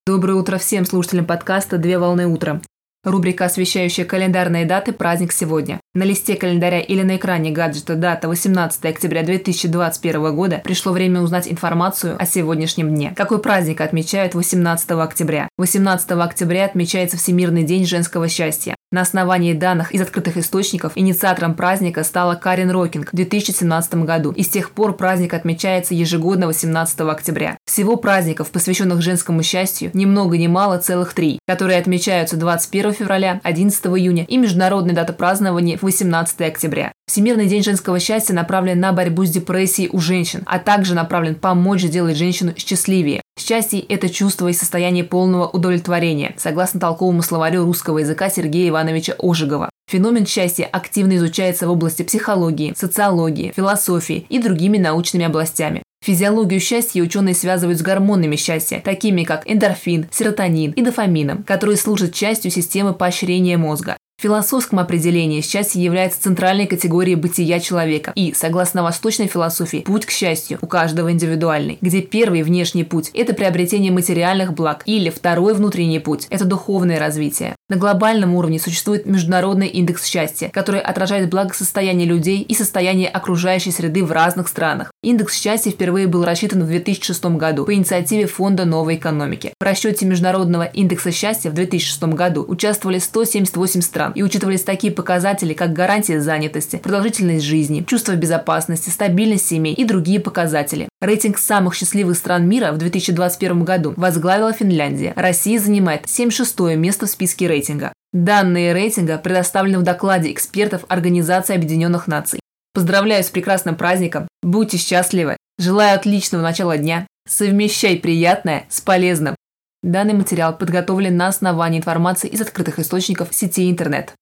Доброе утро всем слушателям подкаста «Две волны утром». Рубрика, освещающая календарные даты «Праздник сегодня». На листе календаря или на экране гаджета дата 18 октября 2021 года пришло время узнать информацию о сегодняшнем дне. Какой праздник отмечают 18 октября? 18 октября отмечается Всемирный день женского счастья. На основании данных из открытых источников инициатором праздника стала Карен Рокинг в 2017 году, и с тех пор праздник отмечается ежегодно 18 октября. Всего праздников, посвященных женскому счастью, ни много ни мало целых 3, которые отмечаются 21 февраля, 11 июня и международная дата празднования 18 октября. Всемирный день женского счастья направлен на борьбу с депрессией у женщин, а также направлен помочь сделать женщину счастливее. Счастье – это чувство и состояние полного удовлетворения, согласно толковому словарю русского языка Сергея Ивановича Ожегова. Феномен счастья активно изучается в области психологии, социологии, философии и другими научными областями. Физиологию счастья ученые связывают с гормонами счастья, такими как эндорфин, серотонин и дофамином, которые служат частью системы поощрения мозга. В философском определении счастье является центральной категорией бытия человека и, согласно восточной философии, путь к счастью у каждого индивидуальный, где первый внешний путь – это приобретение материальных благ, или второй внутренний путь – это духовное развитие. На глобальном уровне существует международный индекс счастья, который отражает благосостояние людей и состояние окружающей среды в разных странах. Индекс счастья впервые был рассчитан в 2006 году по инициативе Фонда новой экономики. В расчете международного индекса счастья в 2006 году участвовали 178 стран, и учитывались такие показатели, как гарантия занятости, продолжительность жизни, чувство безопасности, стабильность семей и другие показатели. Рейтинг самых счастливых стран мира в 2021 году возглавила Финляндия. Россия занимает 76-е место в списке рейтинга. Данные рейтинга предоставлены в докладе экспертов Организации Объединенных Наций. Поздравляю с прекрасным праздником, будьте счастливы, желаю отличного начала дня, совмещай приятное с полезным. Данный материал подготовлен на основании информации из открытых источников сети интернет.